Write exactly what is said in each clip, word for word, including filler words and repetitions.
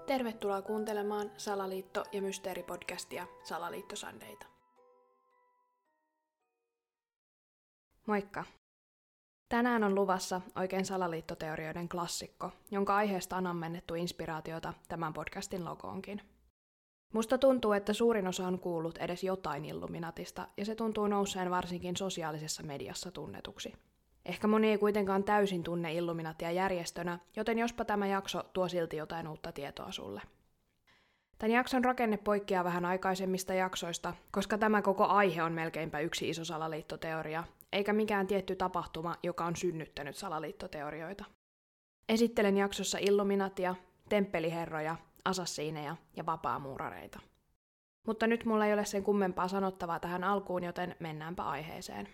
Tervetuloa kuuntelemaan Salaliitto- ja Mysteeripodcastia Salaliittosandeita. Moikka! Tänään on luvassa oikein salaliittoteorioiden klassikko, jonka aiheesta on ammennettu inspiraatiota tämän podcastin logoonkin. Musta tuntuu, että suurin osa on kuullut edes jotain Illuminatista, ja se tuntuu nousseen varsinkin sosiaalisessa mediassa tunnetuksi. Ehkä moni ei kuitenkaan täysin tunne Illuminatia järjestönä, joten jospa tämä jakso tuo silti jotain uutta tietoa sulle. Tämän jakson rakenne poikkeaa vähän aikaisemmista jaksoista, koska tämä koko aihe on melkeinpä yksi iso salaliittoteoria, eikä mikään tietty tapahtuma, joka on synnyttänyt salaliittoteorioita. Esittelen jaksossa Illuminatia, temppeliherroja, asassiineja ja vapaamuurareita. Mutta nyt mulla ei ole sen kummempaa sanottavaa tähän alkuun, joten mennäänpä aiheeseen.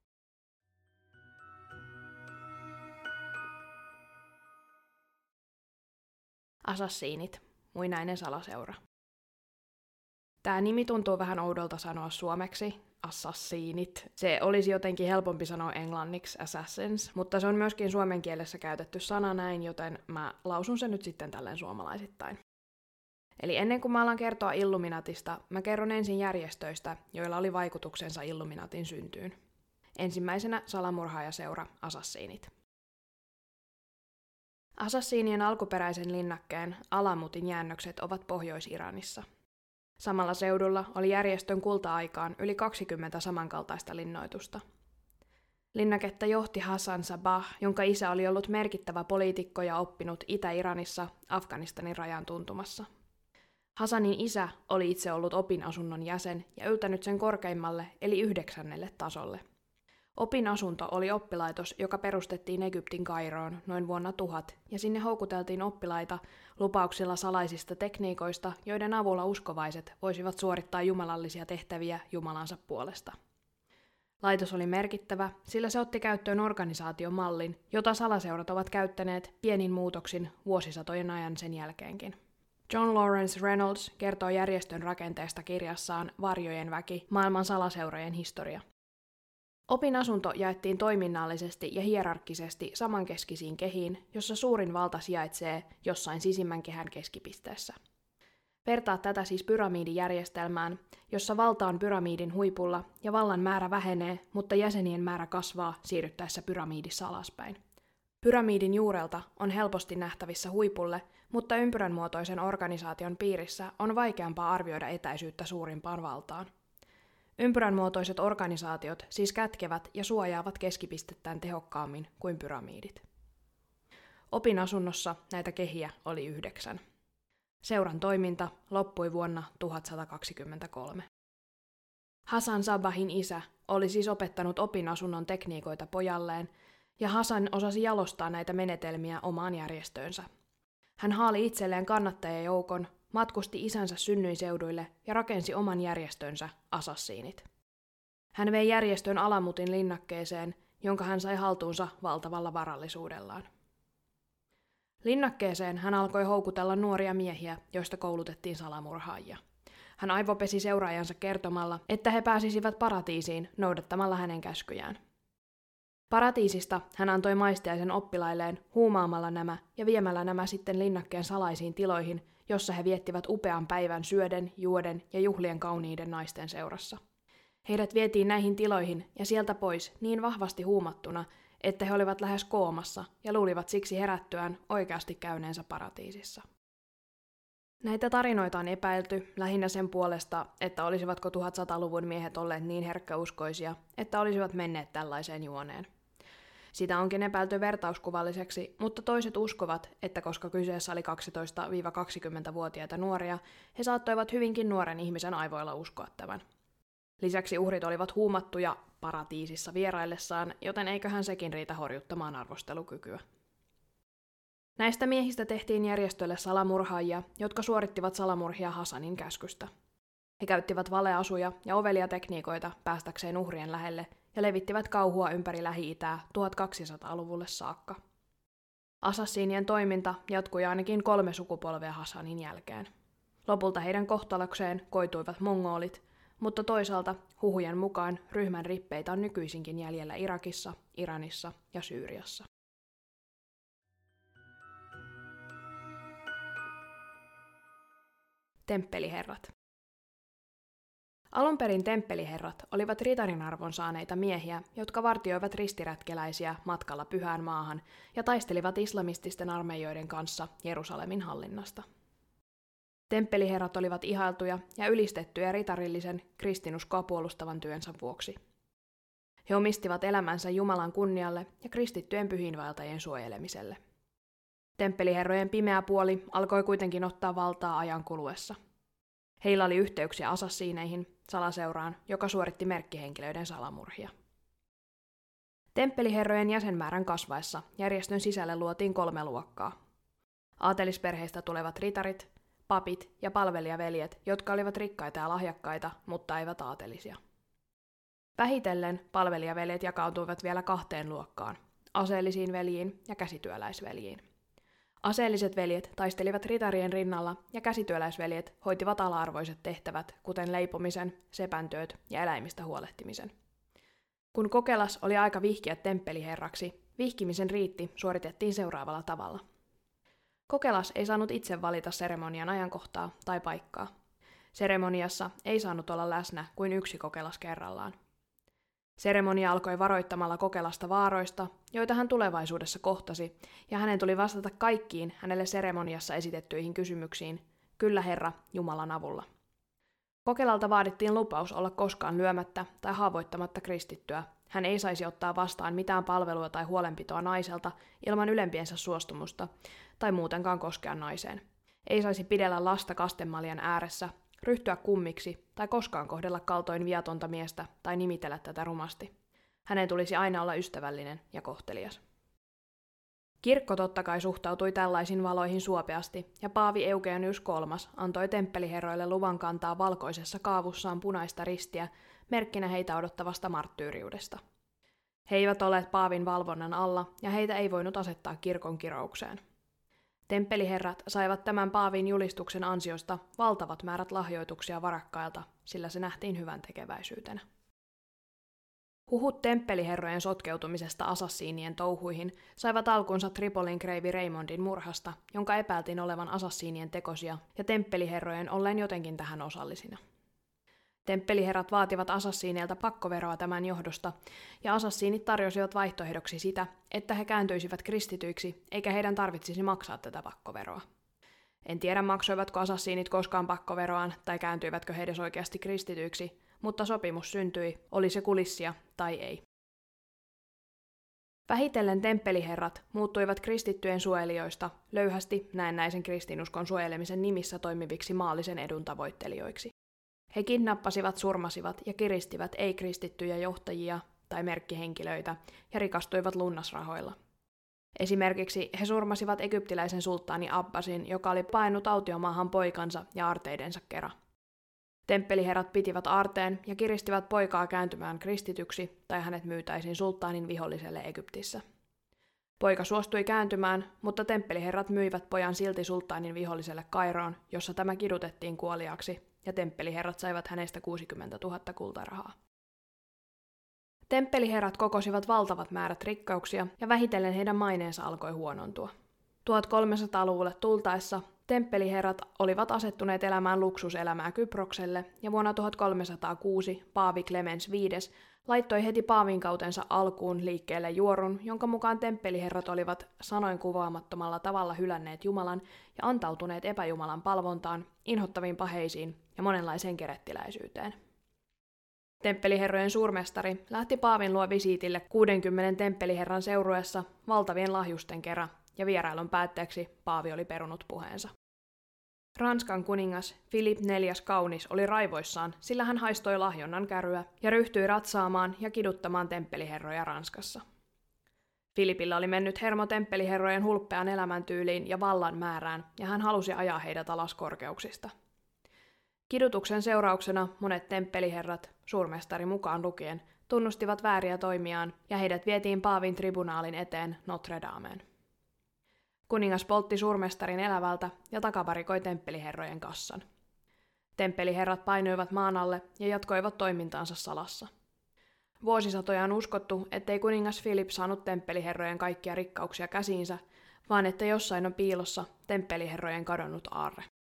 Asassiinit, muinainen salaseura. Tämä nimi tuntuu vähän oudolta sanoa suomeksi, assassiinit. Se olisi jotenkin helpompi sanoa englanniksi assassins, mutta se on myöskin suomen kielessä käytetty sana näin, joten mä lausun sen nyt sitten tälleen suomalaisittain. Eli ennen kuin mä alan kertoa Illuminatista, mä kerron ensin järjestöistä, joilla oli vaikutuksensa Illuminatin syntyyn. Ensimmäisenä salamurhaajaseura Asassiinit. Asassiinien alkuperäisen linnakkeen Alamutin jäännökset ovat Pohjois-Iranissa. Samalla seudulla oli järjestön kulta-aikaan yli kaksikymmentä samankaltaista linnoitusta. Linnaketta johti Hassan Sabah, jonka isä oli ollut merkittävä poliitikko ja oppinut Itä-Iranissa Afganistanin rajan tuntumassa. Hassanin isä oli itse ollut opinasunnon jäsen ja yltänyt sen korkeimmalle eli yhdeksännelle tasolle. Opinasunto oli oppilaitos, joka perustettiin Egyptin Kairoon noin vuonna tuhat, ja sinne houkuteltiin oppilaita lupauksilla salaisista tekniikoista, joiden avulla uskovaiset voisivat suorittaa jumalallisia tehtäviä Jumalansa puolesta. Laitos oli merkittävä, sillä se otti käyttöön organisaatiomallin, jota salaseurat ovat käyttäneet pienin muutoksin vuosisatojen ajan sen jälkeenkin. John Lawrence Reynolds kertoo järjestön rakenteesta kirjassaan Varjojen väki, maailman salaseurojen historia. Opinasunto jaettiin toiminnallisesti ja hierarkkisesti samankeskisiin kehiin, jossa suurin valta sijaitsee jossain sisimmän kehän keskipisteessä. Vertaa tätä siis pyramidijärjestelmään, jossa valta on pyramidin huipulla ja vallan määrä vähenee, mutta jäsenien määrä kasvaa siirryttäessä pyramidissa alaspäin. Pyramidin juurelta on helposti nähtävissä huipulle, mutta ympyränmuotoisen organisaation piirissä on vaikeampaa arvioida etäisyyttä suurimpaan valtaan. Ympyränmuotoiset organisaatiot siis kätkevät ja suojaavat keskipistettään tehokkaammin kuin pyramidit. Opinasunnossa näitä kehiä oli yhdeksän. Seuran toiminta loppui vuonna tuhatsataakaksikymmentäkolme. Hassan Sabahin isä oli siis opettanut opinasunnon tekniikoita pojalleen, ja Hassan osasi jalostaa näitä menetelmiä omaan järjestöönsä. Hän haali itselleen kannattajajoukon, matkusti isänsä synnyinseuduille ja rakensi oman järjestönsä Asassiinit. Hän vei järjestön Alamutin linnakkeeseen, jonka hän sai haltuunsa valtavalla varallisuudellaan. Linnakkeeseen hän alkoi houkutella nuoria miehiä, joista koulutettiin salamurhaajia. Hän aivopesi seuraajansa kertomalla, että he pääsisivät paratiisiin noudattamalla hänen käskyjään. Paratiisista hän antoi maistiaisen oppilailleen huumaamalla nämä ja viemällä nämä sitten linnakkeen salaisiin tiloihin, jossa he viettivät upean päivän syöden, juoden ja juhlien kauniiden naisten seurassa. Heidät vietiin näihin tiloihin ja sieltä pois niin vahvasti huumattuna, että he olivat lähes koomassa ja luulivat siksi herättyään oikeasti käyneensä paratiisissa. Näitä tarinoita on epäilty lähinnä sen puolesta, että olisivatko tuhatsataluvun miehet olleet niin herkkäuskoisia, että olisivat menneet tällaiseen juoneen. Sitä onkin epäilty vertauskuvalliseksi, mutta toiset uskovat, että koska kyseessä oli kaksitoista–kaksikymmentävuotiaita nuoria, he saattoivat hyvinkin nuoren ihmisen aivoilla uskoa tämän. Lisäksi uhrit olivat huumattuja paratiisissa vieraillessaan, joten eiköhän sekin riitä horjuttamaan arvostelukykyä. Näistä miehistä tehtiin järjestölle salamurhaajia, jotka suorittivat salamurhia Hassanin käskystä. He käyttivät valeasuja ja ovelia tekniikoita päästäkseen uhrien lähelle ja levittivät kauhua ympäri Lähi-Itää tuhatkaksisataaluvulle saakka. Asassiinien toiminta jatkui ainakin kolme sukupolvea Hassanin jälkeen. Lopulta heidän kohtalokseen koituivat mongolit, mutta toisaalta huhujen mukaan ryhmän rippeitä on nykyisinkin jäljellä Irakissa, Iranissa ja Syyriassa. temppeliherrat. Alun perin temppeliherrat olivat ritarin arvon saaneita miehiä, jotka vartioivat ristirätkeläisiä matkalla pyhään maahan ja taistelivat islamististen armeijoiden kanssa Jerusalemin hallinnasta. Temppeliherrat olivat ihailtuja ja ylistettyjä ritarillisen kristinuskoa puolustavan työnsä vuoksi. He omistivat elämänsä Jumalan kunnialle ja kristittyjen pyhiinvaeltajien suojelemiselle. Temppeliherrojen pimeä puoli alkoi kuitenkin ottaa valtaa ajan kuluessa. Heillä oli yhteyksiä asassiineihin, salaseuraan, joka suoritti merkkihenkilöiden salamurhia. Temppeliherrojen jäsenmäärän kasvaessa järjestön sisälle luotiin kolme luokkaa. Aatelisperheistä tulevat ritarit, papit ja palvelijaveljet, jotka olivat rikkaita ja lahjakkaita, mutta eivät aatelisia. Vähitellen palvelijaveljet jakautuivat vielä kahteen luokkaan, aseellisiin veljiin ja käsityöläisveljiin. Aseelliset veljet taistelivat ritarien rinnalla ja käsityöläisveljet hoitivat ala-arvoiset tehtävät, kuten leipomisen, sepäntyöt ja eläimistä huolehtimisen. Kun Kokelas oli aika vihkiä temppeliherraksi, vihkimisen riitti suoritettiin seuraavalla tavalla. Kokelas ei saanut itse valita seremonian ajankohtaa tai paikkaa. Seremoniassa ei saanut olla läsnä kuin yksi Kokelas kerrallaan. Seremonia alkoi varoittamalla Kokelasta vaaroista, joita hän tulevaisuudessa kohtasi, ja hänen tuli vastata kaikkiin hänelle seremoniassa esitettyihin kysymyksiin, kyllä Herra, Jumalan avulla. Kokelalta vaadittiin lupaus olla koskaan lyömättä tai haavoittamatta kristittyä. Hän ei saisi ottaa vastaan mitään palvelua tai huolenpitoa naiselta ilman ylempiensä suostumusta, tai muutenkaan koskea naiseen. Ei saisi pidellä lasta kastemaljan ääressä, ryhtyä kummiksi tai koskaan kohdella kaltoin viatonta miestä tai nimitellä tätä rumasti. Hänen tulisi aina olla ystävällinen ja kohtelias. Kirkko totta kai suhtautui tällaisiin valoihin suopeasti, ja paavi Eugenius kolmas antoi temppeliherroille luvan kantaa valkoisessa kaavussaan punaista ristiä merkkinä heitä odottavasta marttyyriudesta. He eivät olleet paavin valvonnan alla, ja heitä ei voinut asettaa kirkon kiroukseen. Temppeliherrat saivat tämän paavin julistuksen ansiosta valtavat määrät lahjoituksia varakkailta, sillä se nähtiin hyvän tekeväisyytenä. Huhut temppeliherrojen sotkeutumisesta asassiinien touhuihin saivat alkunsa Tripolin kreivi Raymondin murhasta, jonka epäiltiin olevan asassiinien tekosia ja temppeliherrojen olleen jotenkin tähän osallisina. Temppeliherrat vaativat asassiineilta pakkoveroa tämän johdosta, ja asassiinit tarjosivat vaihtoehdoksi sitä, että he kääntyisivät kristityiksi, eikä heidän tarvitsisi maksaa tätä pakkoveroa. En tiedä, maksoivatko asassiinit koskaan pakkoveroaan tai kääntyivätkö he edes oikeasti kristityiksi, mutta sopimus syntyi, oli se kulissia tai ei. Vähitellen temppeliherrat muuttuivat kristittyjen suojelijoista löyhästi näennäisen kristinuskon suojelemisen nimissä toimiviksi maallisen edun tavoittelijoiksi. He kidnappasivat, surmasivat ja kiristivät ei-kristittyjä johtajia tai merkkihenkilöitä ja rikastuivat lunnasrahoilla. Esimerkiksi he surmasivat egyptiläisen sulttaani Abbasin, joka oli paennut autiomaahan poikansa ja aarteidensa kera. Temppeliherrat pitivät aarteen ja kiristivät poikaa kääntymään kristityksi tai hänet myytäisiin sulttaanin viholliselle Egyptissä. Poika suostui kääntymään, mutta temppeliherrat myivät pojan silti sulttaanin viholliselle Kairoon, jossa tämä kidutettiin kuoliaaksi, ja temppeliherrat saivat hänestä kuusikymmentätuhatta kultarahaa. Temppeliherrat kokosivat valtavat määrät rikkauksia, ja vähitellen heidän maineensa alkoi huonontua. tuhatkolmesataaluvulle tultaessa temppeliherrat olivat asettuneet elämään luksuselämää Kyprokselle, ja vuonna tuhatkolmesataakuusi paavi Clemens viides laittoi heti paavin kautensa alkuun liikkeelle juorun, jonka mukaan temppeliherrat olivat sanoin kuvaamattomalla tavalla hylänneet Jumalan ja antautuneet epäjumalan palvontaan, inhottaviin paheisiin ja monenlaiseen kerettiläisyyteen. Temppeliherrojen suurmestari lähti paavin luo visiitille kuudenkymmenen temppeliherran seurueessa valtavien lahjusten kera, ja vierailun päätteeksi paavi oli perunut puheensa. Ranskan kuningas Philippe neljäs Kaunis oli raivoissaan, sillä hän haistoi lahjonnan käryä ja ryhtyi ratsaamaan ja kiduttamaan temppeliherroja Ranskassa. Filipillä oli mennyt hermo temppeliherrojen hulppeaan elämäntyyliin ja vallan määrään, ja hän halusi ajaa heidät alas korkeuksista. Kidutuksen seurauksena monet temppeliherrat, suurmestari mukaan lukien, tunnustivat vääriä toimiaan, ja heidät vietiin paavin tribunaalin eteen Notre Dameen. Kuningas poltti suurmestarin elävältä ja takavarikoi temppeliherrojen kassan. Temppeliherrat painuivat maan alle ja jatkoivat toimintaansa salassa. Vuosisatoja on uskottu, ettei kuningas Philip saanut temppeliherrojen kaikkia rikkauksia käsiinsä, vaan että jossain on piilossa temppeliherrojen kadonnut aarre.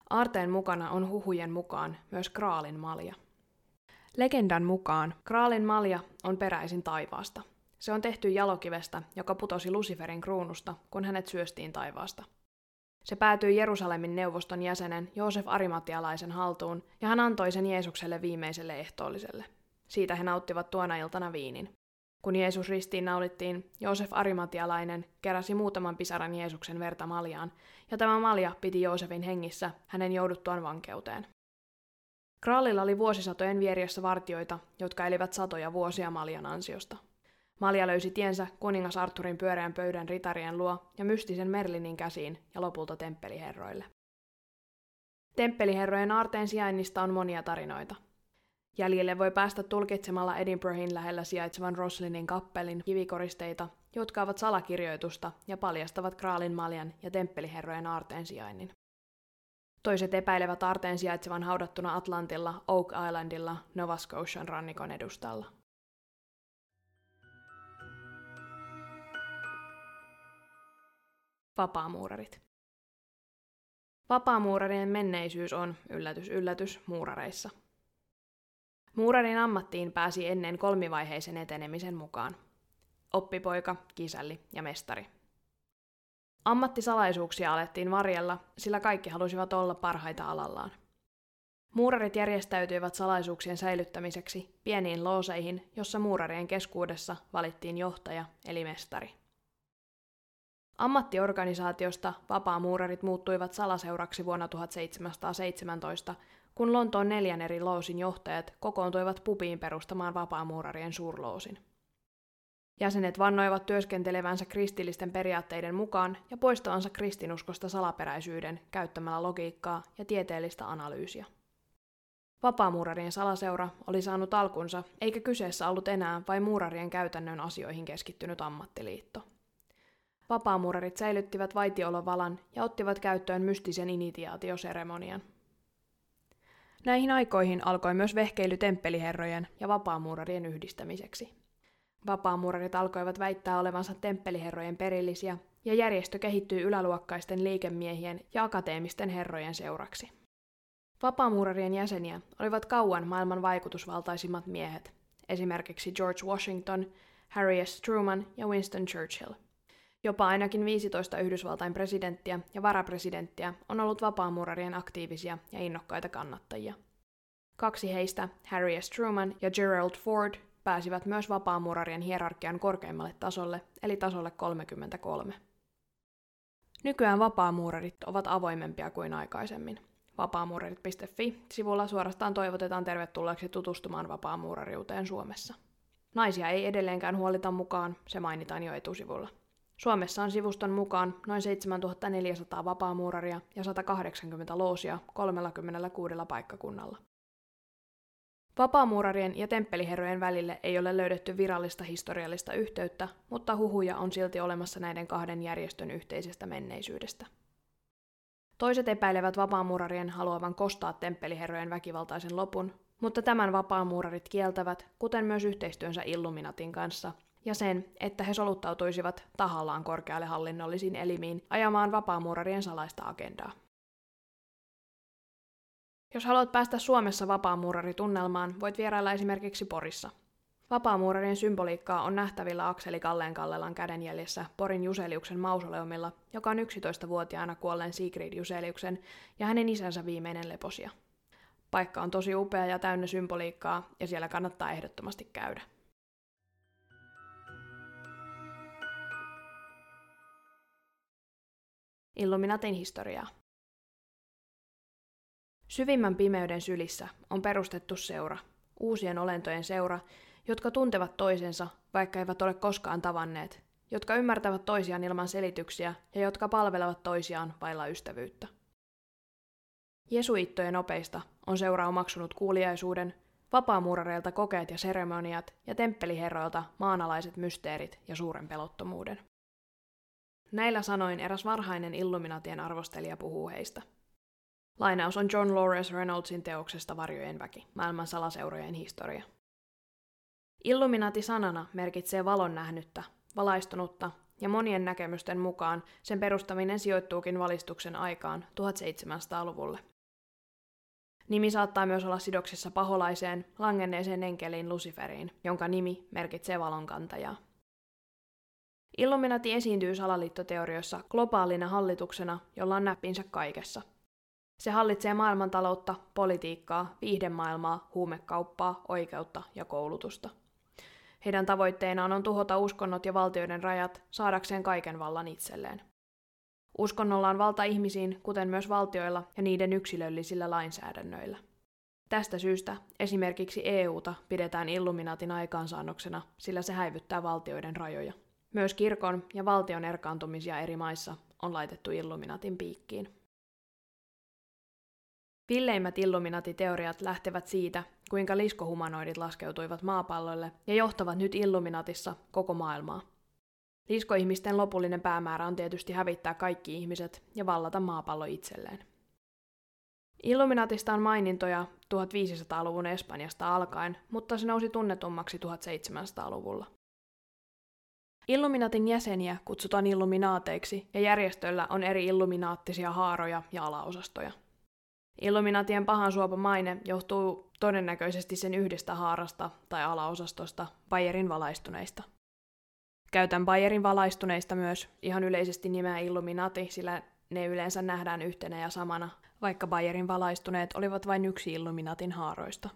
Aarteen mukana on huhujen mukaan myös Graalin malja. Legendan mukaan Graalin malja on peräisin taivaasta. Se on tehty jalokivestä, joka putosi Luciferin kruunusta, kun hänet syöstiin taivaasta. Se päätyi Jerusalemin neuvoston jäsenen Joosef Arimatialaisen haltuun, ja hän antoi sen Jeesukselle viimeiselle ehtoolliselle. Siitä he nauttivat tuona iltana viinin. Kun Jeesus ristiin naulittiin, Joosef Arimatialainen keräsi muutaman pisaran Jeesuksen verta maljaan, ja tämä malja piti Joosefin hengissä hänen jouduttuaan vankeuteen. Graalilla oli vuosisatojen vieressä vartioita, jotka elivät satoja vuosia maljan ansiosta. Malja löysi tiensä kuningas Arthurin pyöreän pöydän ritarien luo ja mystisen Merlinin käsiin ja lopulta temppeliherroille. Temppeliherrojen aarteen sijainnista on monia tarinoita. Jäljille voi päästä tulkitsemalla Edinburghin lähellä sijaitsevan Roslinin kappelin kivikoristeita, jotka ovat salakirjoitusta ja paljastavat Graalin maljan ja temppeliherrojen aarteen sijainnin. Toiset epäilevät aarteen sijaitsevan haudattuna Atlantilla, Oak Islandilla, Nova Scotian rannikon edustalla. Vapaamuurarit. Vapaamuurarien menneisyys on, yllätys yllätys, muurareissa. Muurarin ammattiin pääsi ennen kolmivaiheisen etenemisen mukaan. Oppipoika, kisälli ja mestari. Ammattisalaisuuksia alettiin varjella, sillä kaikki halusivat olla parhaita alallaan. Muurarit järjestäytyivät salaisuuksien säilyttämiseksi pieniin looseihin, jossa muurarien keskuudessa valittiin johtaja eli mestari. Ammattiorganisaatiosta vapaamuurarit muuttuivat salaseuraksi vuonna tuhatseitsemänsataaseitsemäntoista, kun Lontoon neljän eri loosin johtajat kokoontuivat pubiin perustamaan vapaamuurarien suurloosin. Jäsenet vannoivat työskentelevänsä kristillisten periaatteiden mukaan ja poistavansa kristinuskosta salaperäisyyden käyttämällä logiikkaa ja tieteellistä analyysiä. Vapaamuurarien salaseura oli saanut alkunsa, eikä kyseessä ollut enää vain muurarien käytännön asioihin keskittynyt ammattiliitto. Vapaamuurarit säilyttivät vaitiolovalan ja ottivat käyttöön mystisen initiaatioseremonian. Näihin aikoihin alkoi myös vehkeily temppeliherrojen ja vapaamuurarien yhdistämiseksi. Vapaamuurarit alkoivat väittää olevansa temppeliherrojen perillisiä, ja järjestö kehittyi yläluokkaisten liikemiehien ja akateemisten herrojen seuraksi. Vapaamuurarien jäseniä olivat kauan maailman vaikutusvaltaisimmat miehet, esimerkiksi George Washington, Harry S. Truman ja Winston Churchill. Jopa ainakin viisitoista Yhdysvaltain presidenttiä ja varapresidenttiä on ollut vapaamuurarien aktiivisia ja innokkaita kannattajia. Kaksi heistä, Harry S. Truman ja Gerald Ford, pääsivät myös vapaamuurarien hierarkian korkeimmalle tasolle, eli tasolle kolmekymmentäkolme. Nykyään vapaamuurarit ovat avoimempia kuin aikaisemmin. vapaamuurarit piste fi-sivulla suorastaan toivotetaan tervetulleeksi tutustumaan vapaamuurariuteen Suomessa. Naisia ei edelleenkään huolita mukaan, se mainitaan jo etusivulla. Suomessa on sivuston mukaan noin seitsemäntuhatta neljäsataa vapaamuuraria ja sata kahdeksankymmentä loosia kolmekymmentäkuusi paikkakunnalla. Vapaamuurarien ja temppeliherrojen välille ei ole löydetty virallista historiallista yhteyttä, mutta huhuja on silti olemassa näiden kahden järjestön yhteisestä menneisyydestä. Toiset epäilevät vapaamuurarien haluavan kostaa temppeliherrojen väkivaltaisen lopun, mutta tämän vapaamuurarit kieltävät, kuten myös yhteistyönsä Illuminatin kanssa, ja sen, että he soluttautuisivat tahallaan korkealle hallinnollisiin elimiin ajamaan vapaamuurarien salaista agendaa. Jos haluat päästä Suomessa vapaamuuraritunnelmaan, voit vierailla esimerkiksi Porissa. Vapaamuurarien symboliikkaa on nähtävillä Akseli Kalleen-Kallelan kädenjäljessä Porin Juseliuksen mausoleumilla, joka on yksitoistavuotiaana kuolleen Sigrid Juseliuksen ja hänen isänsä viimeinen leposija. Paikka on tosi upea ja täynnä symboliikkaa, ja siellä kannattaa ehdottomasti käydä. Illuminatin historiaa. Syvimmän pimeyden sylissä on perustettu seura, uusien olentojen seura, jotka tuntevat toisensa, vaikka eivät ole koskaan tavanneet, jotka ymmärtävät toisiaan ilman selityksiä ja jotka palvelevat toisiaan vailla ystävyyttä. Jesuittojen opeista on seura omaksunut kuuliaisuuden, vapaamuurareilta kokeet ja seremoniat ja temppeliherroilta maanalaiset mysteerit ja suuren pelottomuuden. Näillä sanoin eräs varhainen Illuminatien arvostelija puhuu heistä. Lainaus on John Lawrence Reynoldsin teoksesta Varjojen väki, maailman salaseurojen historia. Illuminati sanana merkitsee valon nähnyttä, valaistunutta, ja monien näkemysten mukaan sen perustaminen sijoittuukin valistuksen aikaan tuhatseitsemänsataaluvulle. Nimi saattaa myös olla sidoksissa paholaiseen, langenneeseen enkeliin Luciferiin, jonka nimi merkitsee valonkantajaa. Illuminati esiintyy salaliittoteorioissa globaalina hallituksena, jolla on näppinsä kaikessa. Se hallitsee maailmantaloutta, politiikkaa, viihdemaailmaa, huumekauppaa, oikeutta ja koulutusta. Heidän tavoitteenaan on tuhota uskonnot ja valtioiden rajat saadakseen kaiken vallan itselleen. Uskonnolla on valta ihmisiin, kuten myös valtioilla ja niiden yksilöllisillä lainsäädännöillä. Tästä syystä esimerkiksi E U:ta pidetään Illuminatin aikaansaannoksena, sillä se häivyttää valtioiden rajoja. Myös kirkon ja valtion erkaantumisia eri maissa on laitettu Illuminatin piikkiin. Villeimmät Illuminati-teoriat lähtevät siitä, kuinka liskohumanoidit laskeutuivat maapallolle ja johtavat nyt Illuminatissa koko maailmaa. Liskoihmisten lopullinen päämäärä on tietysti hävittää kaikki ihmiset ja vallata maapallo itselleen. Illuminatista on mainintoja tuhatviisisataaluvun Espanjasta alkaen, mutta se nousi tunnetummaksi tuhatseitsemänsataaluvulla. Illuminatin jäseniä kutsutaan illuminaateiksi ja järjestöllä on eri illuminaattisia haaroja ja alaosastoja. Illuminatien pahan suopa maine johtuu todennäköisesti sen yhdestä haarasta tai alaosastosta, Bayerin valaistuneista. Käytän Bayerin valaistuneista myös ihan yleisesti nimeä Illuminati, sillä ne yleensä nähdään yhtenä ja samana, vaikka Bayerin valaistuneet olivat vain yksi Illuminatin haaroista.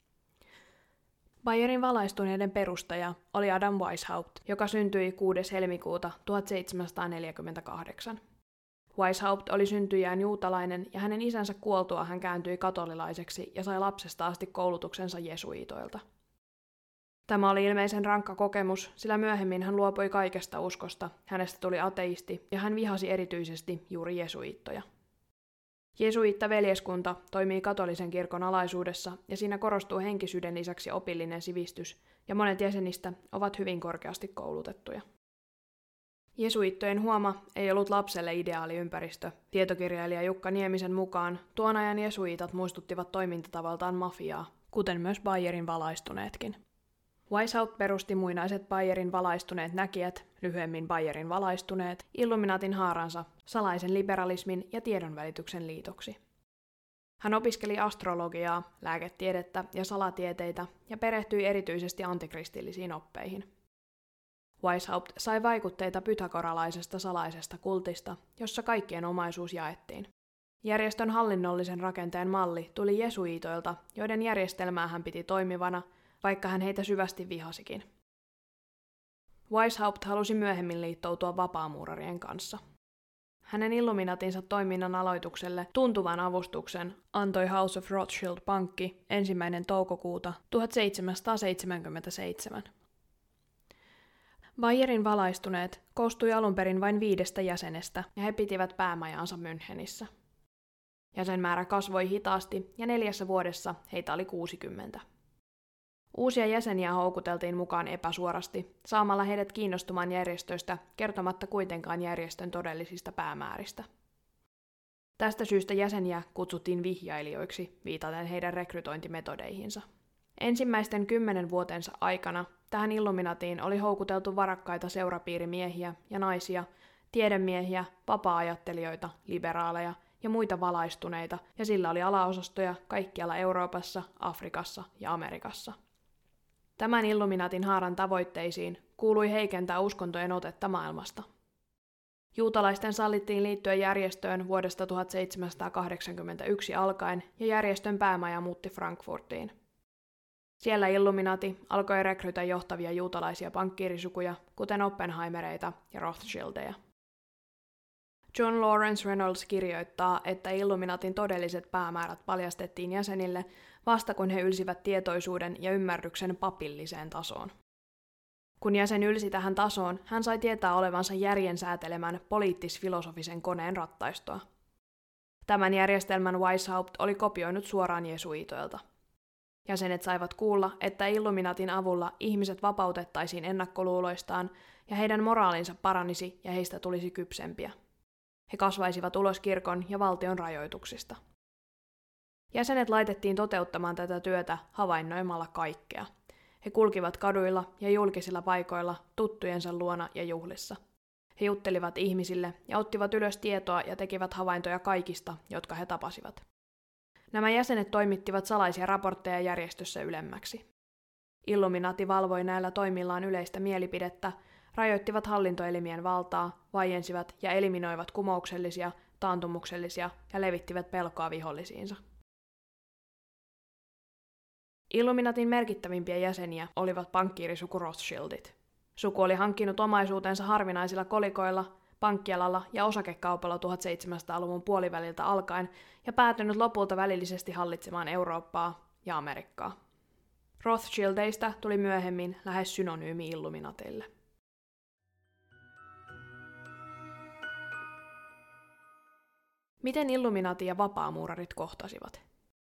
Bayerin valaistuneiden perustaja oli Adam Weishaupt, joka syntyi kuudes helmikuuta tuhatseitsemänsataaneljäkymmentäkahdeksan. Weishaupt oli syntyjään juutalainen ja hänen isänsä kuoltua hän kääntyi katolilaiseksi ja sai lapsesta asti koulutuksensa jesuiitoilta. Tämä oli ilmeisen rankka kokemus, sillä myöhemmin hän luopui kaikesta uskosta, hänestä tuli ateisti ja hän vihasi erityisesti juuri jesuiittoja. Jesuiitta-veljeskunta toimii katolisen kirkon alaisuudessa ja siinä korostuu henkisyyden lisäksi opillinen sivistys ja monet jäsenistä ovat hyvin korkeasti koulutettuja. Jesuittojen huoma ei ollut lapselle ideaaliympäristö. Tietokirjailija Jukka Niemisen mukaan tuon ajan jesuiitat muistuttivat toimintatavaltaan mafiaa, kuten myös Bayerin valaistuneetkin. Weishaupt perusti muinaiset Bayerin valaistuneet näkijät, lyhyemmin Bayerin valaistuneet, Illuminatin haaransa, salaisen liberalismin ja tiedonvälityksen liitoksi. Hän opiskeli astrologiaa, lääketiedettä ja salatieteitä ja perehtyi erityisesti antikristillisiin oppeihin. Weishaupt sai vaikutteita pythagoralaisesta salaisesta kultista, jossa kaikkien omaisuus jaettiin. Järjestön hallinnollisen rakenteen malli tuli jesuiitoilta, joiden järjestelmää hän piti toimivana, vaikka hän heitä syvästi vihasikin. Weishaupt halusi myöhemmin liittoutua vapaamuurarien kanssa. Hänen Illuminatinsa toiminnan aloitukselle tuntuvan avustuksen antoi House of Rothschild-pankki ensimmäinen toukokuuta tuhatseitsemänsataaseitsemänkymmentäseitsemän. Bayerin valaistuneet koostui alun perin vain viidestä jäsenestä ja he pitivät päämajaansa Münchenissä. Jäsenmäärä kasvoi hitaasti ja neljässä vuodessa heitä oli kuusikymmentä. Uusia jäseniä houkuteltiin mukaan epäsuorasti, saamalla heidät kiinnostumaan järjestöistä kertomatta kuitenkaan järjestön todellisista päämääristä. Tästä syystä jäseniä kutsuttiin vihjailijoiksi, viitaten heidän rekrytointimetodeihinsa. Ensimmäisten kymmenen vuotensa aikana tähän Illuminatiin oli houkuteltu varakkaita seurapiirimiehiä ja naisia, tiedemiehiä, vapaa-ajattelijoita, liberaaleja ja muita valaistuneita, ja sillä oli alaosastoja kaikkialla Euroopassa, Afrikassa ja Amerikassa. Tämän Illuminatin haaran tavoitteisiin kuului heikentää uskontojen otetta maailmasta. Juutalaisten sallittiin liittyä järjestöön vuodesta tuhatseitsemänsataakahdeksankymmentäyksi alkaen ja järjestön päämaja muutti Frankfurtiin. Siellä Illuminati alkoi rekrytä johtavia juutalaisia pankkiirisukuja, kuten Oppenheimereita ja Rothschildeja. John Lawrence Reynolds kirjoittaa, että Illuminatin todelliset päämäärät paljastettiin jäsenille vasta kun he ylsivät tietoisuuden ja ymmärryksen papilliseen tasoon. Kun jäsen ylsi tähän tasoon, hän sai tietää olevansa järjen säätelemän poliittis-filosofisen koneen rattaistoa. Tämän järjestelmän Weishaupt oli kopioinut suoraan jesuiitoilta. Jäsenet saivat kuulla, että Illuminatin avulla ihmiset vapautettaisiin ennakkoluuloistaan ja heidän moraalinsa paranisi ja heistä tulisi kypsempiä. He kasvaisivat ulos kirkon ja valtion rajoituksista. Jäsenet laitettiin toteuttamaan tätä työtä havainnoimalla kaikkea. He kulkivat kaduilla ja julkisilla paikoilla tuttujensa luona ja juhlissa. He juttelivat ihmisille ja ottivat ylös tietoa ja tekivät havaintoja kaikista, jotka he tapasivat. Nämä jäsenet toimittivat salaisia raportteja järjestössä ylemmäksi. Illuminati valvoi näillä toimillaan yleistä mielipidettä, rajoittivat hallintoelimien valtaa, vaiensivat ja eliminoivat kumouksellisia, taantumuksellisia ja levittivät pelkoa vihollisiinsa. Illuminatin merkittävimpiä jäseniä olivat pankkiirisuku Rothschildit. Suku oli hankkinut omaisuutensa harvinaisilla kolikoilla, pankkialalla ja osakekaupalla tuhatseitsemänsataaluvun puoliväliltä alkaen ja päätynyt lopulta välillisesti hallitsemaan Eurooppaa ja Amerikkaa. Rothschildeista tuli myöhemmin lähes synonyymi Illuminatille. Miten Illuminati ja vapaamuurarit kohtasivat?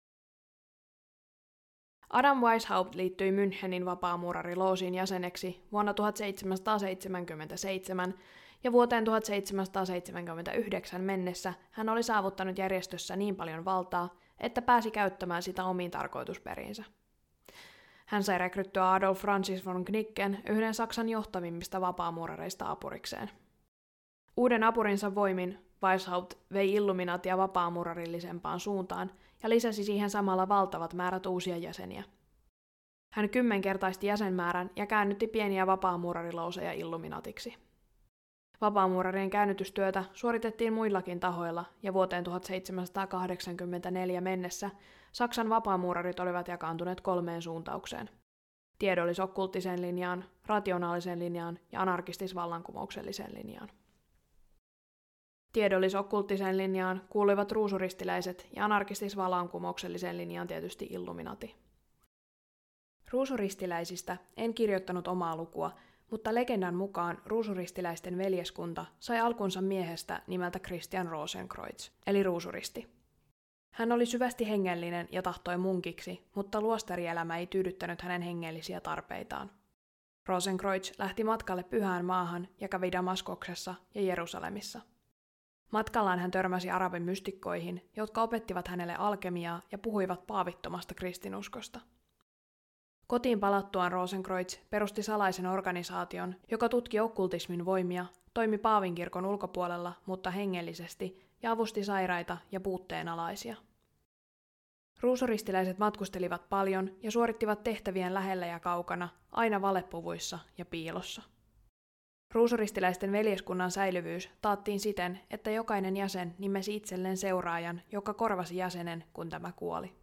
Adam Weishaupt liittyi Münchenin vapaamuurariloosiin jäseneksi vuonna tuhatseitsemänsataaseitsemänkymmentäseitsemän ja vuoteen tuhatseitsemänsataaseitsemänkymmentäyhdeksän mennessä hän oli saavuttanut järjestössä niin paljon valtaa, että pääsi käyttämään sitä omiin tarkoitusperiinsä. Hän sai rekryttyä Adolf Francis von Knicken, yhden Saksan johtavimmista vapaamuurareista, apurikseen. Uuden apurinsa voimin Weishaupt vei Illuminatia vapaamuurarillisempaan suuntaan ja lisäsi siihen samalla valtavat määrät uusia jäseniä. Hän kymmenkertaisti jäsenmäärän ja käännytti pieniä vapaamuurarilooseja Illuminatiksi. Vapaamuurarien käännytystyötä suoritettiin muillakin tahoilla ja vuoteen tuhatseitsemänsataakahdeksankymmentäneljä mennessä Saksan vapaamuurarit olivat jakaantuneet kolmeen suuntaukseen: tiedollis-okkulttiseen linjaan, rationaaliseen linjaan ja anarkistis-vallankumoukselliseen linjaan. Tiedollis-okkulttiseen linjaan kuuluivat ruusuristiläiset ja anarkistis-vallankumoukselliseen linjaan tietysti Illuminati. Ruusuristiläisistä en kirjoittanut omaa lukua, mutta legendan mukaan ruusuristiläisten veljeskunta sai alkunsa miehestä nimeltä Christian Rosenkreutz, eli ruusuristi. Hän oli syvästi hengellinen ja tahtoi munkiksi, mutta luostarielämä ei tyydyttänyt hänen hengellisiä tarpeitaan. Rosenkreutz lähti matkalle Pyhään maahan ja kävi Damaskoksessa ja Jerusalemissa. Matkallaan hän törmäsi arabin mystikkoihin, jotka opettivat hänelle alkemiaa ja puhuivat paavittomasta kristinuskosta. Kotiin palattuaan Rosenkreutz perusti salaisen organisaation, joka tutki okkultismin voimia, toimi Paavinkirkon ulkopuolella, mutta hengellisesti, ja avusti sairaita ja puutteenalaisia. Ruusuristiläiset matkustelivat paljon ja suorittivat tehtävien lähellä ja kaukana, aina valepuvuissa ja piilossa. Ruusuristiläisten veljeskunnan säilyvyys taattiin siten, että jokainen jäsen nimesi itselleen seuraajan, joka korvasi jäsenen, kun tämä kuoli.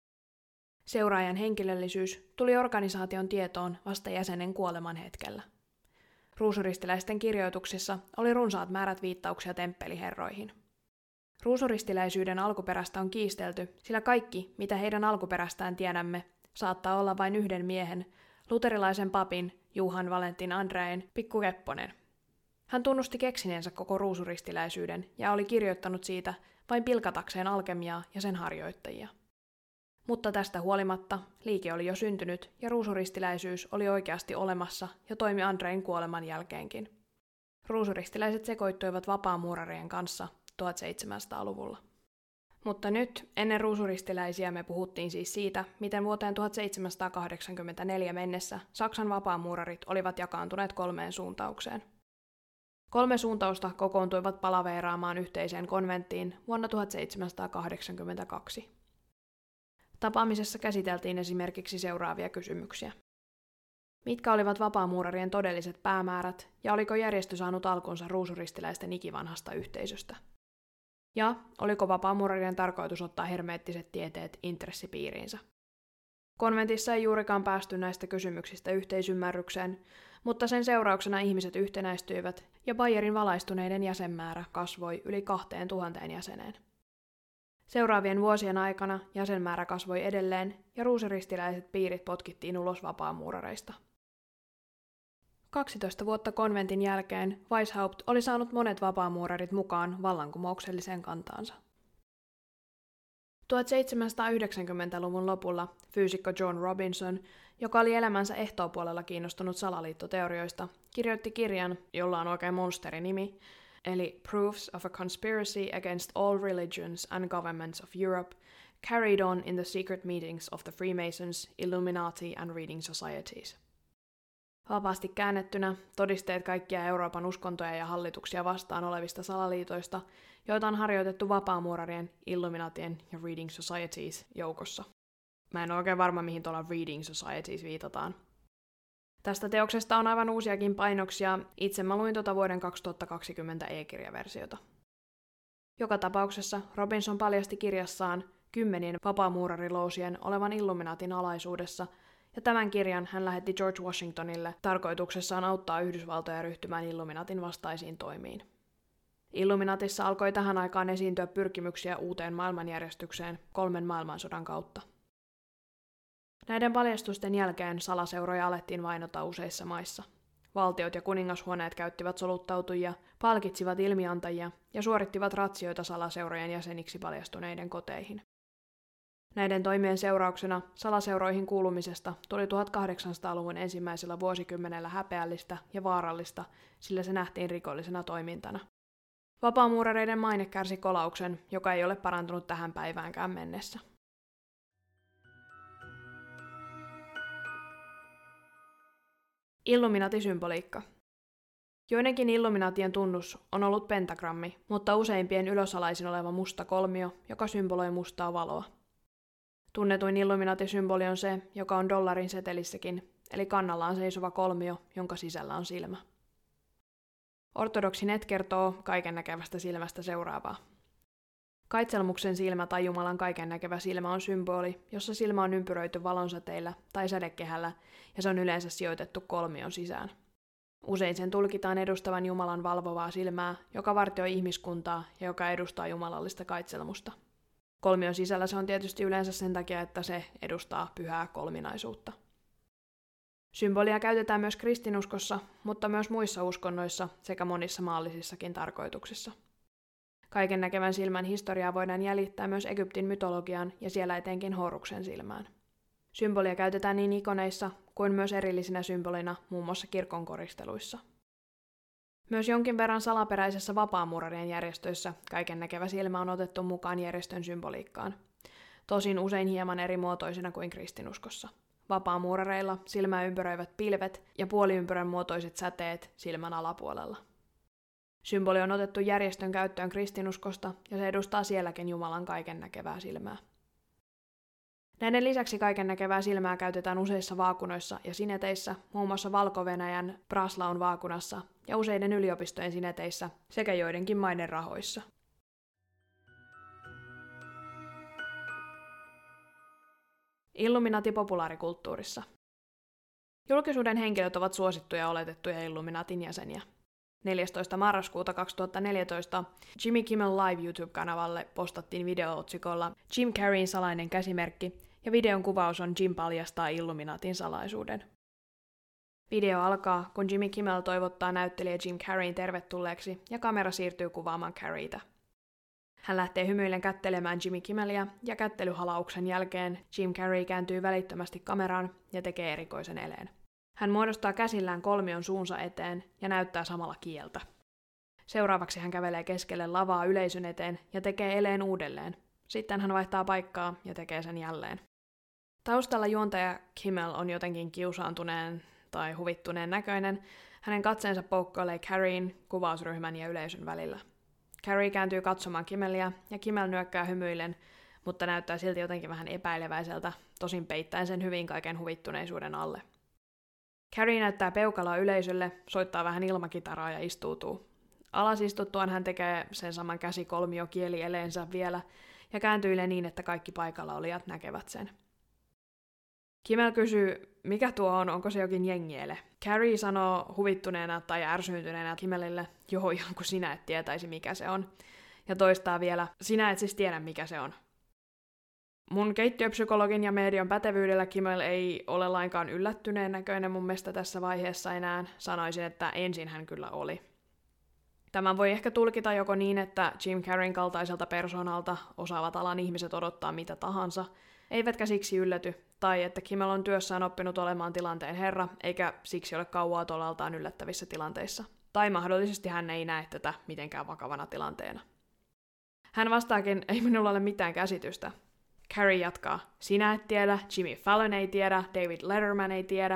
Seuraajan henkilöllisyys tuli organisaation tietoon vasta jäsenen kuoleman hetkellä. Ruusuristiläisten kirjoituksissa oli runsaat määrät viittauksia temppeliherroihin. Ruusuristiläisyyden alkuperästä on kiistelty, sillä kaikki, mitä heidän alkuperästään tiedämme, saattaa olla vain yhden miehen, luterilaisen papin Johann Valentin Andreen Pikku Kepponen. Hän tunnusti keksineensä koko ruusuristiläisyyden ja oli kirjoittanut siitä vain pilkatakseen alkemiaa ja sen harjoittajia. Mutta tästä huolimatta liike oli jo syntynyt ja ruusuristiläisyys oli oikeasti olemassa ja toimi Andreen kuoleman jälkeenkin. Ruusuristiläiset sekoittuivat vapaamuurarien kanssa tuhatseitsemänsataaluvulla. Mutta nyt, ennen ruusuristiläisiä, me puhuttiin siis siitä, miten vuoteen tuhatseitsemänsataakahdeksankymmentäneljä mennessä Saksan vapaamuurarit olivat jakaantuneet kolmeen suuntaukseen. Kolme suuntausta kokoontuivat palaveeraamaan yhteiseen konventtiin vuonna tuhatseitsemänsataakahdeksankymmentäkaksi. Tapaamisessa käsiteltiin esimerkiksi seuraavia kysymyksiä. Mitkä olivat vapaamuurarien todelliset päämäärät, ja oliko järjestö saanut alkunsa ruusuristiläisten ikivanhasta yhteisöstä? Ja oliko vapaamuurarien tarkoitus ottaa hermeettiset tieteet intressipiiriinsä? Konventissa ei juurikaan päästy näistä kysymyksistä yhteisymmärrykseen, mutta sen seurauksena ihmiset yhtenäistyivät ja Bayerin valaistuneiden jäsenmäärä kasvoi yli kahteen tuhanteen jäseneen. Seuraavien vuosien aikana jäsenmäärä kasvoi edelleen ja ruusuristiläiset piirit potkittiin ulos vapaamuurareista. kaksitoista vuotta konventin jälkeen Weishaupt oli saanut monet vapaamuurarit mukaan vallankumoukselliseen kantaansa. tuhatseitsemänsataayhdeksänkymmentäluvun lopulla fyysikko John Robinson, joka oli elämänsä ehtoopuolella kiinnostunut salaliittoteorioista, kirjoitti kirjan, jolla on oikein monsterinimi, eli Proofs of a Conspiracy Against All Religions and Governments of Europe, Carried on in the Secret Meetings of the Freemasons, Illuminati and Reading Societies. Vapaasti käännettynä todisteet kaikkia Euroopan uskontoja ja hallituksia vastaan olevista salaliitoista, joita on harjoitettu vapaamuurarien, Illuminatien ja Reading Societies joukossa. Mä en ole oikein varma, mihin tuolla Reading Societies viitataan. Tästä teoksesta on aivan uusiakin painoksia. Itse mä luin tuota vuoden kaksituhattakaksikymmentä e-kirjaversiota. Joka tapauksessa Robinson paljasti kirjassaan kymmenien vapaamuurarilousien olevan Illuminatin alaisuudessa, ja tämän kirjan hän lähetti George Washingtonille tarkoituksessaan auttaa Yhdysvaltoja ryhtymään Illuminatin vastaisiin toimiin. Illuminatissa alkoi tähän aikaan esiintyä pyrkimyksiä uuteen maailmanjärjestykseen kolmen maailmansodan kautta. Näiden paljastusten jälkeen salaseuroja alettiin vainota useissa maissa. Valtiot ja kuningashuoneet käyttivät soluttautujia, palkitsivat ilmiantajia ja suorittivat ratsioita salaseurojen jäseniksi paljastuneiden koteihin. Näiden toimien seurauksena salaseuroihin kuulumisesta tuli tuhatkahdeksansataaluvun ensimmäisellä vuosikymmenellä häpeällistä ja vaarallista, sillä se nähtiin rikollisena toimintana. Vapaamuurareiden maine kärsi kolauksen, joka ei ole parantunut tähän päiväänkään mennessä. Illuminati-symboliikka. Joidenkin Illuminatien tunnus on ollut pentagrammi, mutta useimpien ylösalaisin oleva musta kolmio, joka symboloi mustaa valoa. Tunnetuin Illuminati-symboli on se, joka on dollarin setelissäkin, eli kannallaan seisova kolmio, jonka sisällä on silmä. Ortodoksi net kertoo kaikennäkevästä silmästä seuraavaa. Kaitselmuksen silmä tai Jumalan kaikennäkevä silmä on symboli, jossa silmä on ympyröity valonsäteillä tai sädekehällä, ja se on yleensä sijoitettu kolmion sisään. Usein sen tulkitaan edustavan Jumalan valvovaa silmää, joka vartioi ihmiskuntaa ja joka edustaa jumalallista kaitselmusta. Kolmion sisällä se on tietysti yleensä sen takia, että se edustaa pyhää kolminaisuutta. Symbolia käytetään myös kristinuskossa, mutta myös muissa uskonnoissa sekä monissa maallisissakin tarkoituksissa. Kaiken näkevän silmän historiaa voidaan jäljittää myös Egyptin mytologiaan ja siellä etenkin Horuksen silmään. Symbolia käytetään niin ikoneissa kuin myös erillisinä symbolina muun muassa kirkon koristeluissa. Myös jonkin verran salaperäisessä vapaamuurarien järjestöissä kaiken näkevä silmä on otettu mukaan järjestön symboliikkaan. Tosin usein hieman eri muotoisena kuin kristinuskossa. Vapaamuurareilla silmää ympäröivät pilvet ja puoliympyrän muotoiset säteet silmän alapuolella. Symboli on otettu järjestön käyttöön kristinuskosta ja se edustaa sielläkin Jumalan kaiken näkevää silmää. Näiden lisäksi kaiken näkevää silmää käytetään useissa vaakunoissa ja sineteissä, muun muassa Valko-Venäjän Praslaun vaakunassa ja useiden yliopistojen sineteissä sekä joidenkin maiden rahoissa. Illuminati populaarikulttuurissa. Julkisuuden henkilöt ovat suosittuja oletettuja Illuminatin jäseniä. neljästoista marraskuuta kaksituhattaneljätoista Jimmy Kimmel Live YouTube-kanavalle postattiin video-otsikolla Jim Carreyn salainen käsimerkki, ja videon kuvaus on Jim paljastaa Illuminatin salaisuuden. Video alkaa, kun Jimmy Kimmel toivottaa näyttelijä Jim Carreyn tervetulleeksi, ja kamera siirtyy kuvaamaan Carreytä. Hän lähtee hymyillen kättelemään Jimmy Kimmelia, ja kättelyhalauksen jälkeen Jim Carrey kääntyy välittömästi kameraan ja tekee erikoisen eleen. Hän muodostaa käsillään kolmion suunsa eteen ja näyttää samalla kieltä. Seuraavaksi hän kävelee keskelle lavaa yleisön eteen ja tekee eleen uudelleen. Sitten hän vaihtaa paikkaa ja tekee sen jälleen. Taustalla juontaja Kimmel on jotenkin kiusaantuneen tai huvittuneen näköinen. Hänen katseensa poukkoilee Carreyn, kuvausryhmän ja yleisön välillä. Carrey kääntyy katsomaan Kimmelia ja Kimmel nyökkää hymyillen, mutta näyttää silti jotenkin vähän epäileväiseltä, tosin peittäen sen hyvin kaiken huvittuneisuuden alle. Carrey näyttää peukaloa yleisölle, soittaa vähän ilmakitaraa ja istuutuu. Alas istuttuaan hän tekee sen saman käsikolmio-kielieleensä vielä ja kääntyilee niin, että kaikki paikalla olijat näkevät sen. Kimmel kysyy, mikä tuo on, onko se jokin jengiele. Carrey sanoo huvittuneena tai ärsyyntyneenä Kimmelille, joo, ihan kuin sinä et tietäisi mikä se on. Ja toistaa vielä, sinä et siis tiedä mikä se on. Mun keittiöpsykologin ja median pätevyydellä Kimmel ei ole lainkaan yllättyneen näköinen mun mielestä tässä vaiheessa enää. Sanoisin, että ensin hän kyllä oli. Tämän voi ehkä tulkita joko niin, että Jim Carreyn kaltaiselta persoonalta osaavat alan ihmiset odottaa mitä tahansa, eivätkä siksi ylläty, tai että Kimmel on työssään oppinut olemaan tilanteen herra, eikä siksi ole kauaa tolaltaan yllättävissä tilanteissa. Tai mahdollisesti hän ei näe tätä mitenkään vakavana tilanteena. Hän vastaakin, ei minulla ole mitään käsitystä. Carrey jatkaa, sinä et tiedä, Jimmy Fallon ei tiedä, David Letterman ei tiedä,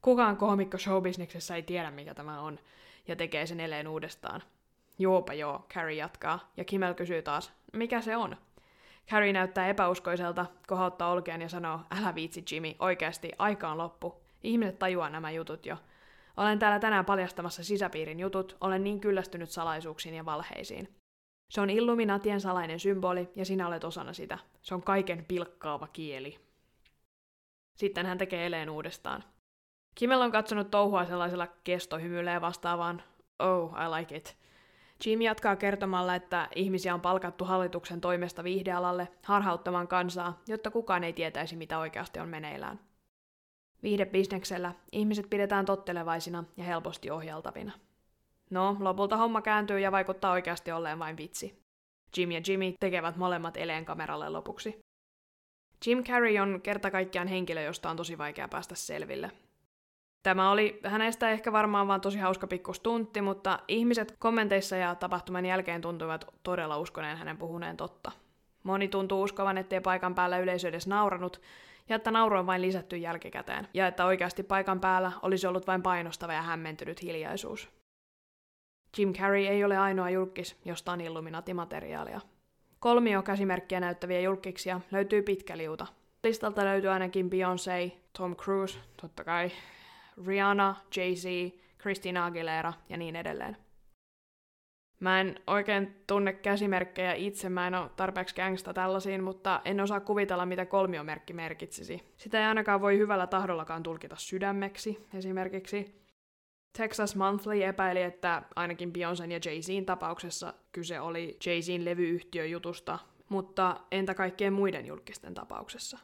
Kukaan koomikko showbisneksessä ei tiedä, mikä tämä on, ja tekee sen eleen uudestaan. Joopa joo, Carrie jatkaa, ja Kimmel kysyy taas, mikä se on? Carrie näyttää epäuskoiselta, kohauttaa olkean ja sanoo, älä viitsi Jimmy, oikeasti, aika on loppu. Ihmiset tajuaa nämä jutut jo. Olen täällä tänään paljastamassa sisäpiirin jutut, olen niin kyllästynyt salaisuuksiin ja valheisiin. Se on Illuminatien salainen symboli, ja sinä olet osana sitä. Se on kaiken pilkkaava kieli. Sitten hän tekee eleen uudestaan. Kimmel on katsonut touhua sellaisella kestohymyllä ja vastaavaan, oh, I like it. Jim jatkaa kertomalla, että ihmisiä on palkattu hallituksen toimesta viihdealalle harhauttamaan kansaa, jotta kukaan ei tietäisi, mitä oikeasti on meneillään. Viihdebisneksellä ihmiset pidetään tottelevaisina ja helposti ohjaltavina. No, lopulta homma kääntyy ja vaikuttaa oikeasti olleen vain vitsi. Jim ja Jimmy tekevät molemmat eleen kameralle lopuksi. Jim Carrey on kerta kaikkiaan henkilö, josta on tosi vaikea päästä selville. Tämä oli hänestä ehkä varmaan vaan tosi hauska pikku stuntti, mutta ihmiset kommenteissa ja tapahtuman jälkeen tuntuivat todella uskoneen hänen puhuneen totta. Moni tuntuu uskovan, ettei paikan päällä yleisö edes nauranut, ja että nauru on vain lisätty jälkikäteen, ja että oikeasti paikan päällä olisi ollut vain painostava ja hämmentynyt hiljaisuus. Jim Carrey ei ole ainoa julkkis, josta on Illuminati-materiaalia. Kolmio käsimerkkiä näyttäviä julkkiksia löytyy pitkä liuta. Listalta löytyy ainakin Beyoncé, Tom Cruise, totta kai, Rihanna, Jay-Z, Christina Aguilera ja niin edelleen. Mä en oikein tunne käsimerkkejä itse, mä en ole tarpeeksi gangsta tällaisiin, mutta en osaa kuvitella, mitä kolmiomerkki merkitsisi. Sitä ei ainakaan voi hyvällä tahdollakaan tulkita sydämeksi, esimerkiksi. Texas Monthly epäili, että ainakin Beyoncén ja Jay-Zin tapauksessa kyse oli Jay-Zin levyyhtiön jutusta, mutta entä kaikkien muiden julkisten tapauksessa?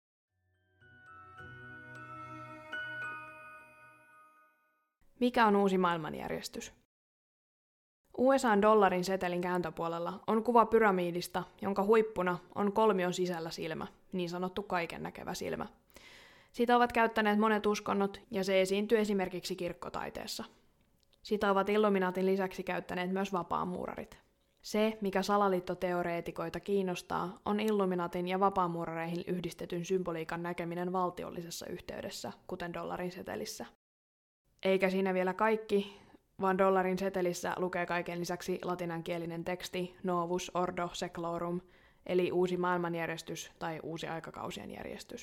Mikä on uusi maailmanjärjestys? U S A:n dollarin setelin kääntöpuolella on kuva pyramidista, jonka huippuna on kolmion sisällä silmä, niin sanottu kaikennäkevä silmä. Sitä ovat käyttäneet monet uskonnot, ja se esiintyy esimerkiksi kirkkotaiteessa. Sitä ovat Illuminatin lisäksi käyttäneet myös vapaamuurarit. Se, mikä salaliittoteoreetikoita kiinnostaa, on Illuminatin ja vapaamuurareihin yhdistetyn symboliikan näkeminen valtiollisessa yhteydessä, kuten dollarin setelissä. Eikä siinä vielä kaikki, vaan dollarin setelissä lukee kaiken lisäksi latinankielinen teksti Novus Ordo Seclorum, eli uusi maailmanjärjestys tai uusi aikakausien järjestys.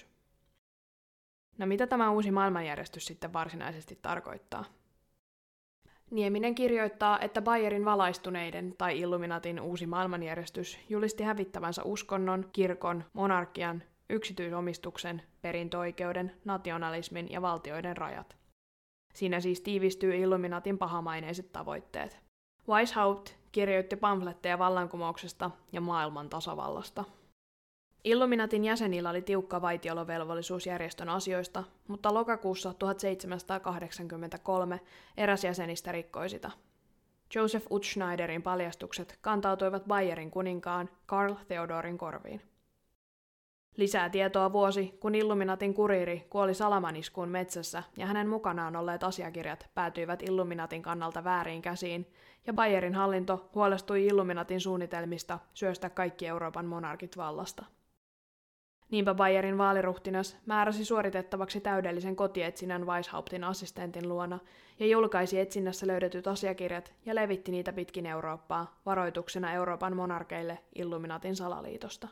No mitä tämä uusi maailmanjärjestys sitten varsinaisesti tarkoittaa? Nieminen kirjoittaa, että Bayerin valaistuneiden tai Illuminatin uusi maailmanjärjestys julisti hävittävänsä uskonnon, kirkon, monarkian, yksityisomistuksen, perintöoikeuden, nationalismin ja valtioiden rajat. Siinä siis tiivistyy Illuminatin pahamaineiset tavoitteet. Weishaupt kirjoitti pamfletteja vallankumouksesta ja maailman tasavallasta. Illuminatin jäsenillä oli tiukka vaitiolovelvollisuus järjestön asioista, mutta lokakuussa tuhatseitsemänsataakahdeksankymmentäkolme eräs jäsenistä rikkoi sitä. Joseph Utschneiderin paljastukset kantautuivat Bayerin kuninkaan Karl Theodorin korviin. Lisää tietoa vuosi, kun Illuminatin kuriiri kuoli salamaniskuun metsässä ja hänen mukanaan olleet asiakirjat päätyivät Illuminatin kannalta vääriin käsiin, ja Bayerin hallinto huolestui Illuminatin suunnitelmista syöstä kaikki Euroopan monarkit vallasta. Niinpä Bayerin vaaliruhtinas määräsi suoritettavaksi täydellisen kotietsinnän Weishauptin assistentin luona ja julkaisi etsinnässä löydetyt asiakirjat ja levitti niitä pitkin Eurooppaa varoituksena Euroopan monarkeille Illuminatin salaliitosta.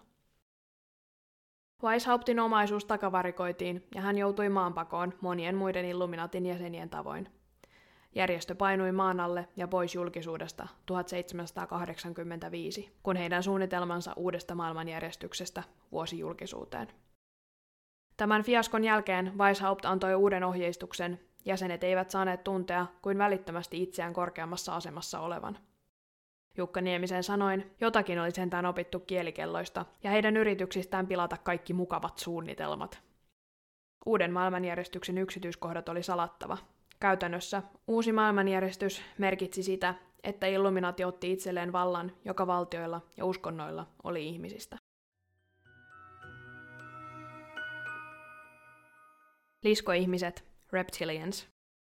Weishauptin omaisuus takavarikoitiin ja hän joutui maanpakoon monien muiden Illuminatin jäsenien tavoin. Järjestö painui maan alle ja pois julkisuudesta tuhatseitsemänsataakahdeksankymmentäviisi, kun heidän suunnitelmansa uudesta maailmanjärjestyksestä vuosi julkisuuteen. Tämän fiaskon jälkeen Weishaupt antoi uuden ohjeistuksen, jäsenet eivät saaneet tuntea kuin välittömästi itseään korkeammassa asemassa olevan. Jukka Niemisen sanoin, jotakin oli sentään opittu kielikelloista ja heidän yrityksistään pilata kaikki mukavat suunnitelmat. Uuden maailmanjärjestyksen yksityiskohdat oli salattava. Käytännössä uusi maailmanjärjestys merkitsi sitä, että Illuminati otti itselleen vallan, joka valtioilla ja uskonnoilla oli ihmisistä. Liskoihmiset, reptilians.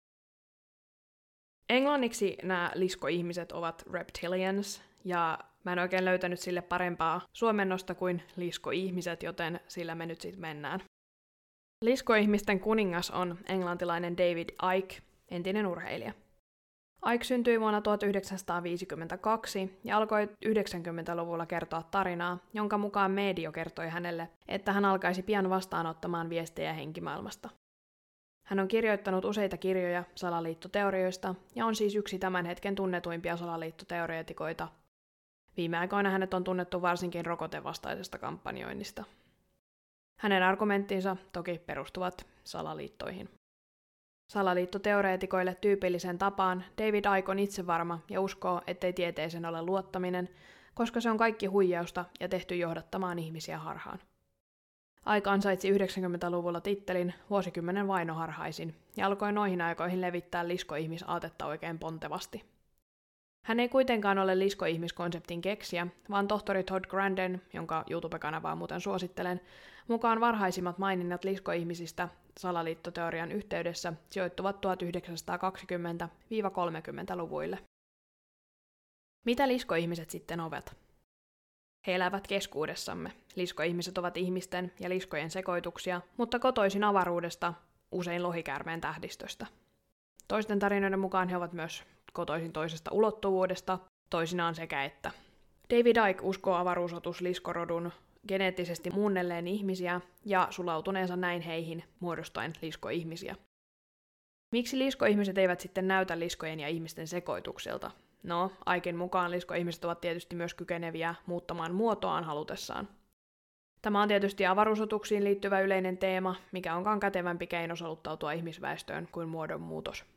Englanniksi nämä liskoihmiset ovat reptilians, ja mä en oikein löytänyt sille parempaa suomennosta kuin liskoihmiset, joten sillä me nyt sitten mennään. Liskoihmisten kuningas on englantilainen David Icke, entinen urheilija. Icke syntyi vuonna tuhatyhdeksänsataaviisikymmentäkaksi ja alkoi yhdeksänkymmentäluvulla kertoa tarinaa, jonka mukaan medio kertoi hänelle, että hän alkaisi pian vastaanottamaan viestejä henkimaailmasta. Hän on kirjoittanut useita kirjoja salaliittoteorioista ja on siis yksi tämän hetken tunnetuimpia salaliittoteoreetikoita. Viime aikoina hänet on tunnettu varsinkin rokotevastaisesta kampanjoinnista. Hänen argumenttinsa toki perustuvat salaliittoihin. Salaliittoteoreetikoille tyypilliseen tapaan David Icke on itsevarma ja uskoo, ettei tieteeseen ole luottaminen, koska se on kaikki huijausta ja tehty johdattamaan ihmisiä harhaan. Icke ansaitsi yhdeksänkymmentäluvulla tittelin vuosikymmenen vainoharhaisin ja alkoi noihin aikoihin levittää liskoihmisaatetta oikein pontevasti. Hän ei kuitenkaan ole liskoihmiskonseptin keksijä, vaan tohtori Todd Granden, jonka YouTube-kanavaa muuten suosittelen, mukaan varhaisimmat maininnat liskoihmisistä salaliittoteorian yhteydessä sijoittuvat tuhatyhdeksänsataakaksikymmentä–kolmekymmentäluvuille. Mitä liskoihmiset sitten ovat? He elävät keskuudessamme. Liskoihmiset ovat ihmisten ja liskojen sekoituksia, mutta kotoisin avaruudesta, usein lohikäärmeen tähdistöstä. Toisten tarinoiden mukaan he ovat myös kotoisin toisesta ulottuvuudesta, toisinaan sekä että. David Icke uskoo avaruusotus liskorodun geneettisesti muunnelleen ihmisiä ja sulautuneensa näin heihin muodostaen liskoihmisiä. Miksi liskoihmiset eivät sitten näytä liskojen ja ihmisten sekoitukselta? No, Iken mukaan liskoihmiset ovat tietysti myös kykeneviä muuttamaan muotoaan halutessaan. Tämä on tietysti avaruusotuksiin liittyvä yleinen teema, mikä onkaan kätevämpi keino soluttautua ihmisväestöön kuin muodonmuutos.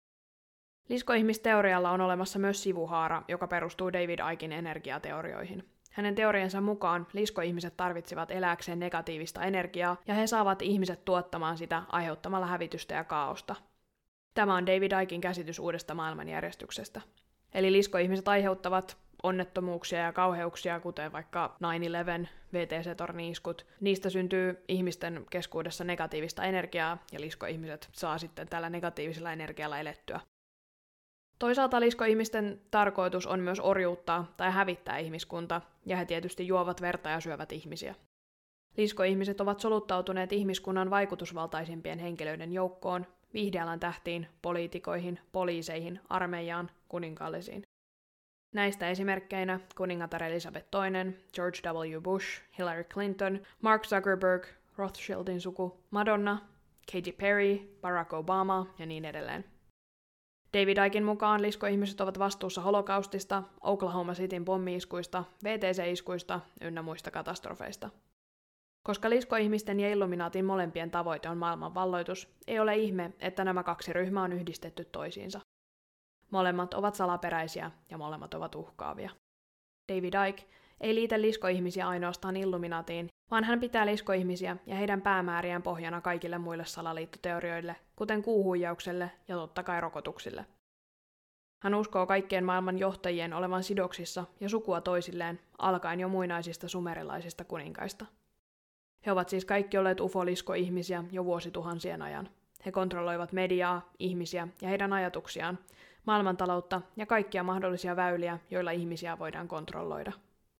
Liskoihmisteorialla on olemassa myös sivuhaara, joka perustuu David Icken energiateorioihin. Hänen teoriansa mukaan liskoihmiset tarvitsivat elääkseen negatiivista energiaa, ja he saavat ihmiset tuottamaan sitä aiheuttamalla hävitystä ja kaaosta. Tämä on David Icken käsitys uudesta maailmanjärjestyksestä. Eli liskoihmiset aiheuttavat onnettomuuksia ja kauheuksia, kuten vaikka nine eleven, V T C-torni-iskut. Niistä syntyy ihmisten keskuudessa negatiivista energiaa, ja liskoihmiset saa sitten tällä negatiivisella energialla elettyä. Toisaalta liskoihmisten tarkoitus on myös orjuuttaa tai hävittää ihmiskunta, ja he tietysti juovat verta ja syövät ihmisiä. Liskoihmiset ovat soluttautuneet ihmiskunnan vaikutusvaltaisimpien henkilöiden joukkoon, viihdealan tähtiin, poliitikoihin, poliiseihin, armeijaan, kuninkaallisiin. Näistä esimerkkeinä kuningatar Elisabeth toinen, George W. Bush, Hillary Clinton, Mark Zuckerberg, Rothschildin suku, Madonna, Katy Perry, Barack Obama ja niin edelleen. David Icken mukaan liskoihmiset ovat vastuussa holokaustista, Oklahoma Cityn pommi-iskuista, V T C-iskuista ynnä muista katastrofeista. Koska liskoihmisten ja Illuminaatin molempien tavoite on maailman valloitus, ei ole ihme, että nämä kaksi ryhmää on yhdistetty toisiinsa. Molemmat ovat salaperäisiä ja molemmat ovat uhkaavia. David Icke ei liitä liskoihmisiä ainoastaan Illuminaatiin, vaan hän pitää liskoihmisiä ja heidän päämääriään pohjana kaikille muille salaliittoteorioille, kuten kuuhuijaukselle ja totta kai rokotuksille. Hän uskoo kaikkien maailman johtajien olevan sidoksissa ja sukua toisilleen, alkaen jo muinaisista sumerilaisista kuninkaista. He ovat siis kaikki olleet ufoliskoihmisiä jo vuosituhansien ajan. He kontrolloivat mediaa, ihmisiä ja heidän ajatuksiaan, maailmantaloutta ja kaikkia mahdollisia väyliä, joilla ihmisiä voidaan kontrolloida.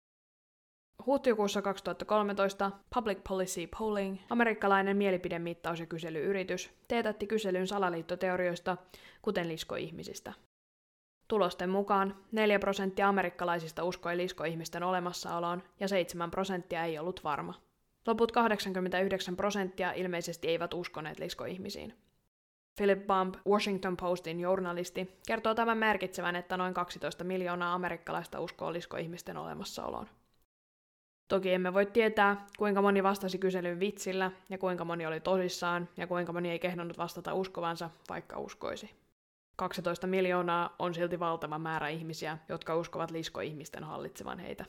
Huhtikuussa kaksituhattakolmetoista Public Policy Polling, amerikkalainen mielipidemittaus- ja kyselyyritys, teetätti kyselyn salaliittoteorioista, kuten liskoihmisistä. Tulosten mukaan neljä prosenttia amerikkalaisista uskoi liskoihmisten olemassaoloon ja seitsemän prosenttia ei ollut varma. Loput kahdeksankymmentäyhdeksän prosenttia ilmeisesti eivät uskoneet liskoihmisiin. Philip Bump, Washington Postin journalisti, kertoo tämän merkitsevän, että noin kaksitoista miljoonaa amerikkalaista uskoo liskoihmisten olemassaoloon. Toki emme voi tietää, kuinka moni vastasi kyselyyn vitsillä ja kuinka moni oli tosissaan ja kuinka moni ei kehdannut vastata uskovansa, vaikka uskoisi. kaksitoista miljoonaa on silti valtava määrä ihmisiä, jotka uskovat liskoihmisten hallitsevan heitä.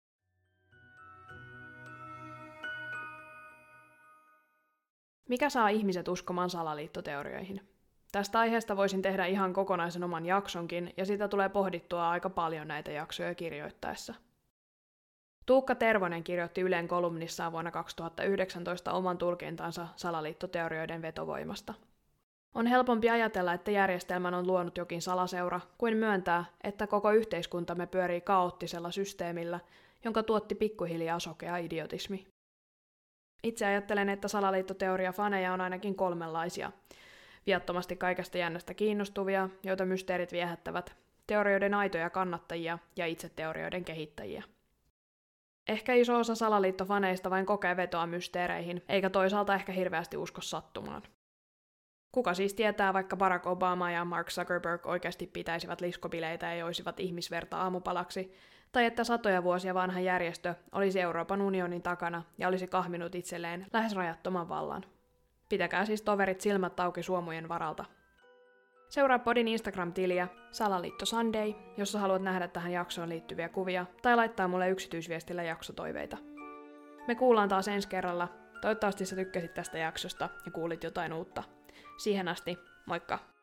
Mikä saa ihmiset uskomaan salaliittoteorioihin? Tästä aiheesta voisin tehdä ihan kokonaisen oman jaksonkin, ja sitä tulee pohdittua aika paljon näitä jaksoja kirjoittaessa. Tuukka Tervonen kirjoitti Ylen kolumnissaan vuonna kaksituhattayhdeksäntoista oman tulkintansa salaliittoteorioiden vetovoimasta. On helpompi ajatella, että järjestelmän on luonut jokin salaseura, kuin myöntää, että koko yhteiskuntamme pyörii kaoottisella systeemillä, jonka tuotti pikkuhiljaa sokea idiotismi. Itse ajattelen, että salaliittoteoria-faneja on ainakin kolmenlaisia. Viattomasti kaikesta jännästä kiinnostuvia, joita mysteerit viehättävät, teorioiden aitoja kannattajia ja itse teorioiden kehittäjiä. Ehkä iso osa salaliittofaneista vain kokee vetoa mysteereihin, eikä toisaalta ehkä hirveästi usko sattumaan. Kuka siis tietää, vaikka Barack Obama ja Mark Zuckerberg oikeasti pitäisivät liskobileitä ja joisivat ihmisverta aamupalaksi, tai että satoja vuosia vanha järjestö olisi Euroopan unionin takana ja olisi kahminut itselleen lähes rajattoman vallan. Pitäkää siis toverit silmät auki suomujen varalta. Seuraa podin Instagram-tiliä Salaliitto Sunday, jossa haluat nähdä tähän jaksoon liittyviä kuvia, tai laittaa mulle yksityisviestillä jaksotoiveita. Me kuullaan taas ensi kerralla. Toivottavasti sä tykkäsit tästä jaksosta ja kuulit jotain uutta. Siihen asti, moikka!